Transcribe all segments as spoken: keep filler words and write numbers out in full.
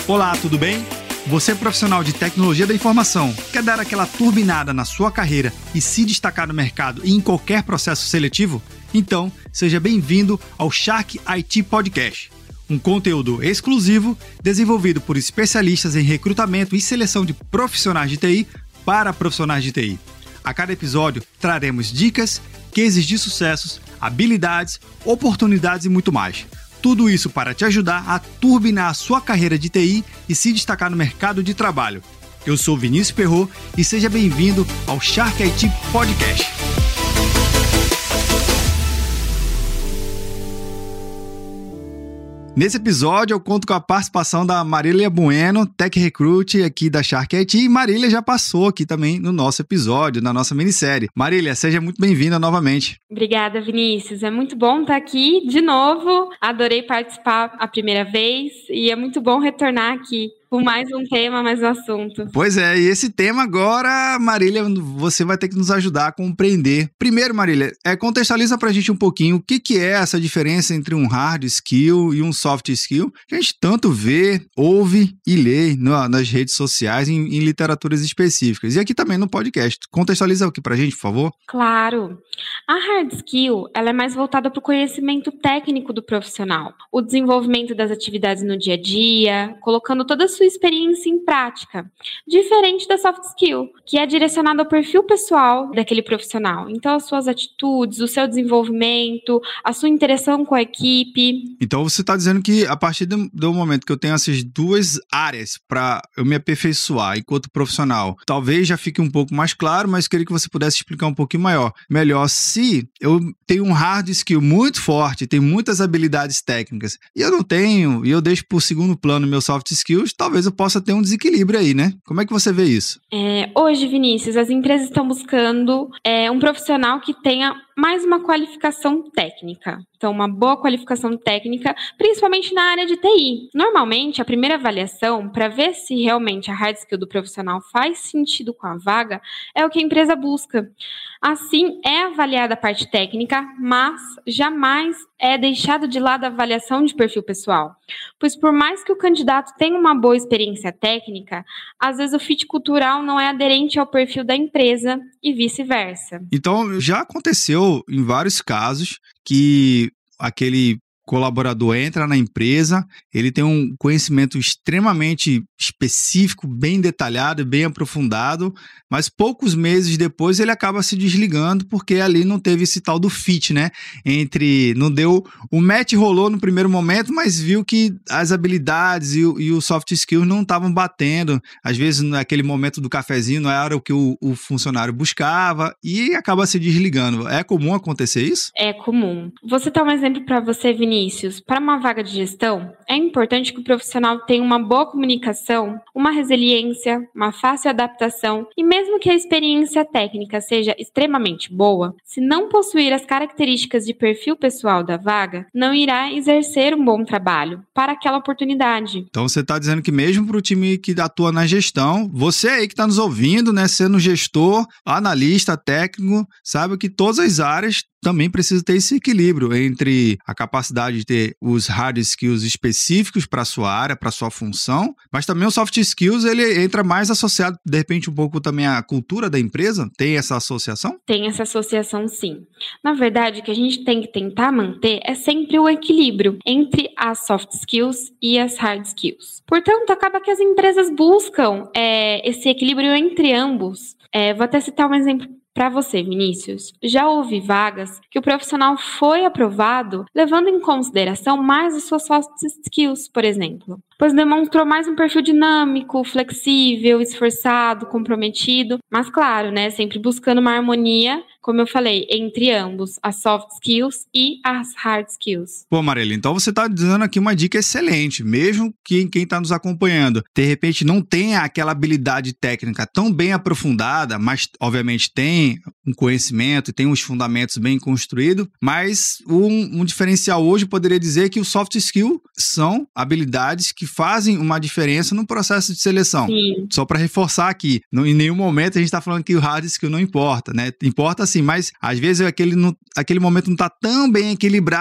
Olá, tudo bem? Você é profissional de tecnologia da informação, quer dar aquela turbinada na sua carreira e se destacar no mercado e em qualquer processo seletivo? Então, seja bem-vindo ao Shark I T Podcast, um conteúdo exclusivo desenvolvido por especialistas em recrutamento e seleção de profissionais de T I para profissionais de T I. A cada episódio, traremos dicas, cases de sucessos, habilidades, oportunidades e muito mais. Tudo isso para te ajudar a turbinar a sua carreira de T I e se destacar no mercado de trabalho. Eu sou Vinícius Perrot e seja bem-vindo ao Shark I T Podcast. Nesse episódio, eu conto com a participação da Marília Bueno, Tech Recruit aqui da Shark I T. E Marília já passou aqui também no nosso episódio, na nossa minissérie. Marília, seja muito bem-vinda novamente. Obrigada, Vinícius. É muito bom estar aqui de novo. Adorei participar a primeira vez e é muito bom retornar aqui com mais um tema, mais um assunto. Pois é, e esse tema agora, Marília, você vai ter que nos ajudar a compreender. Primeiro, Marília, é, contextualiza pra gente um pouquinho o que, que é essa diferença entre um hard skill e um soft skill, que a gente tanto vê, ouve e lê no, nas redes sociais, em, em literaturas específicas. E aqui também no podcast. Contextualiza aqui pra gente, por favor. Claro. A hard skill, ela é mais voltada para o conhecimento técnico do profissional, o desenvolvimento das atividades no dia a dia, colocando toda a sua experiência em prática, diferente da soft skill, que é direcionada ao perfil pessoal daquele profissional. Então, as suas atitudes, o seu desenvolvimento, a sua interação com a equipe. Então, você está dizendo que a partir do, do momento que eu tenho essas duas áreas para eu me aperfeiçoar enquanto profissional, talvez já fique um pouco mais claro, mas queria que você pudesse explicar um pouquinho maior, melhor. Se eu tenho um hard skill muito forte, tenho muitas habilidades técnicas, e eu não tenho, e eu deixo por segundo plano meus soft skills, talvez eu possa ter um desequilíbrio aí, né? Como é que você vê isso? É, hoje, Vinícius, as empresas estão buscando é, um profissional que tenha mais uma qualificação técnica. Então, uma boa qualificação técnica, principalmente na área de T I. Normalmente, a primeira avaliação, para ver se realmente a hard skill do profissional faz sentido com a vaga, é o que a empresa busca. Assim, é avaliada a parte técnica, mas jamais é deixado de lado a avaliação de perfil pessoal. Pois por mais que o candidato tenha uma boa experiência técnica, às vezes o fit cultural não é aderente ao perfil da empresa e vice-versa. Então, já aconteceu em vários casos que aquele colaborador entra na empresa, ele tem um conhecimento extremamente específico, bem detalhado, bem aprofundado, mas poucos meses depois ele acaba se desligando porque ali não teve esse tal do fit, né? Entre, não deu, o match rolou no primeiro momento, mas viu que as habilidades e o, e o soft skills não estavam batendo, às vezes naquele momento do cafezinho não era o que o, o funcionário buscava e acaba se desligando. É comum acontecer isso? É comum. Vou citar um exemplo para você, Vinícius. Para uma vaga de gestão, é importante que o profissional tenha uma boa comunicação, uma resiliência, uma fácil adaptação e mesmo que a experiência técnica seja extremamente boa, se não possuir as características de perfil pessoal da vaga, não irá exercer um bom trabalho para aquela oportunidade. Então você está dizendo que mesmo para o time que atua na gestão, você aí que está nos ouvindo, né, sendo gestor, analista, técnico, sabe que todas as áreas também precisa ter esse equilíbrio entre a capacidade de ter os hard skills específicos para a sua área, para a sua função, mas também os soft skills, ele entra mais associado, de repente, um pouco também à cultura da empresa? Tem essa associação? Tem essa associação, sim. Na verdade, o que a gente tem que tentar manter é sempre o equilíbrio entre as soft skills e as hard skills. Portanto, acaba que as empresas buscam é, esse equilíbrio entre ambos. É, vou até citar um exemplo para você, Vinícius. Já houve vagas que o profissional foi aprovado levando em consideração mais as suas soft skills, por exemplo, pois demonstrou mais um perfil dinâmico, flexível, esforçado, comprometido, mas claro, né, sempre buscando uma harmonia, como eu falei, entre ambos, as soft skills e as hard skills. Pô, Marília, então você está dando aqui uma dica excelente, mesmo que quem está nos acompanhando, de repente não tenha aquela habilidade técnica tão bem aprofundada, mas obviamente tem um conhecimento e tem os fundamentos bem construídos, mas um, um diferencial hoje poderia dizer que o soft skill são habilidades que fazem uma diferença no processo de seleção. Sim. Só para reforçar aqui, não, em nenhum momento a gente está falando que o hard skill não importa, né? Importa sim, mas às vezes aquele, não, aquele momento não está tão bem equilibrado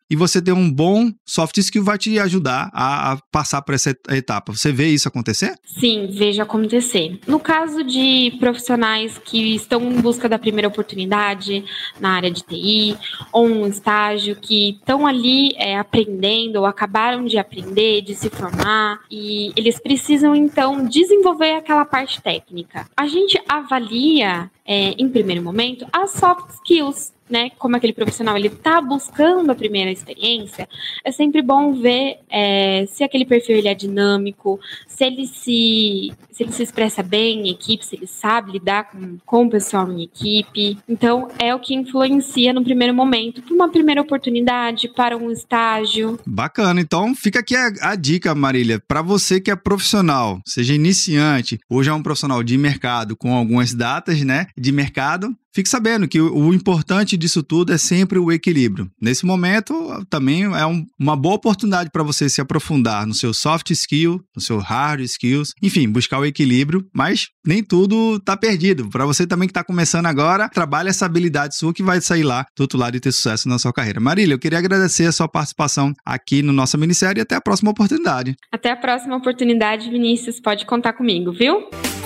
e você ter um bom soft skill vai te ajudar a, a passar por essa etapa. Você vê isso acontecer? Sim, vejo acontecer. No caso de profissionais que estão em busca da primeira oportunidade na área de T I, ou um estágio que estão ali é, aprendendo ou acabaram de aprender, de se formar, e eles precisam então desenvolver aquela parte técnica. A gente avalia, é, em primeiro momento, as soft skills, né? Como aquele profissional ele está buscando a primeira experiência, é sempre bom ver é, se aquele perfil ele é dinâmico, se ele se, se ele se expressa bem em equipe, se ele sabe lidar com, com o pessoal em equipe. Então, é o que influencia no primeiro momento para uma primeira oportunidade, para um estágio. Bacana. Então, fica aqui a, a dica, Marília, para você que é profissional, seja iniciante, ou já é um profissional de mercado com algumas datas, né, de mercado. Fique sabendo que o, o importante disso tudo é sempre o equilíbrio. Nesse momento, também é um, uma boa oportunidade para você se aprofundar no seu soft skill, no seu hard skills, enfim, buscar o equilíbrio, mas nem tudo está perdido. Para você também que está começando agora, trabalhe essa habilidade sua que vai sair lá do outro lado e ter sucesso na sua carreira. Marília, eu queria agradecer a sua participação aqui no nossa minissérie e até a próxima oportunidade. Até a próxima oportunidade, Vinícius. Pode contar comigo, viu?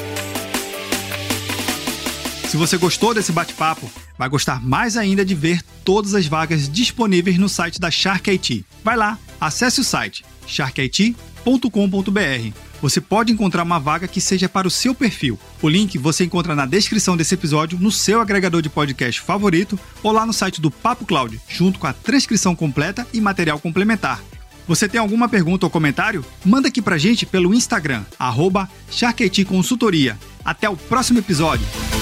Se você gostou desse bate-papo, vai gostar mais ainda de ver todas as vagas disponíveis no site da Shark I T. Vai lá, acesse o site shark I T ponto com ponto b r. Você pode encontrar uma vaga que seja para o seu perfil. O link você encontra na descrição desse episódio, no seu agregador de podcast favorito ou lá no site do Papo Cloud, junto com a transcrição completa e material complementar. Você tem alguma pergunta ou comentário? Manda aqui pra gente pelo Instagram, arroba Shark I T Consultoria. Até o próximo episódio!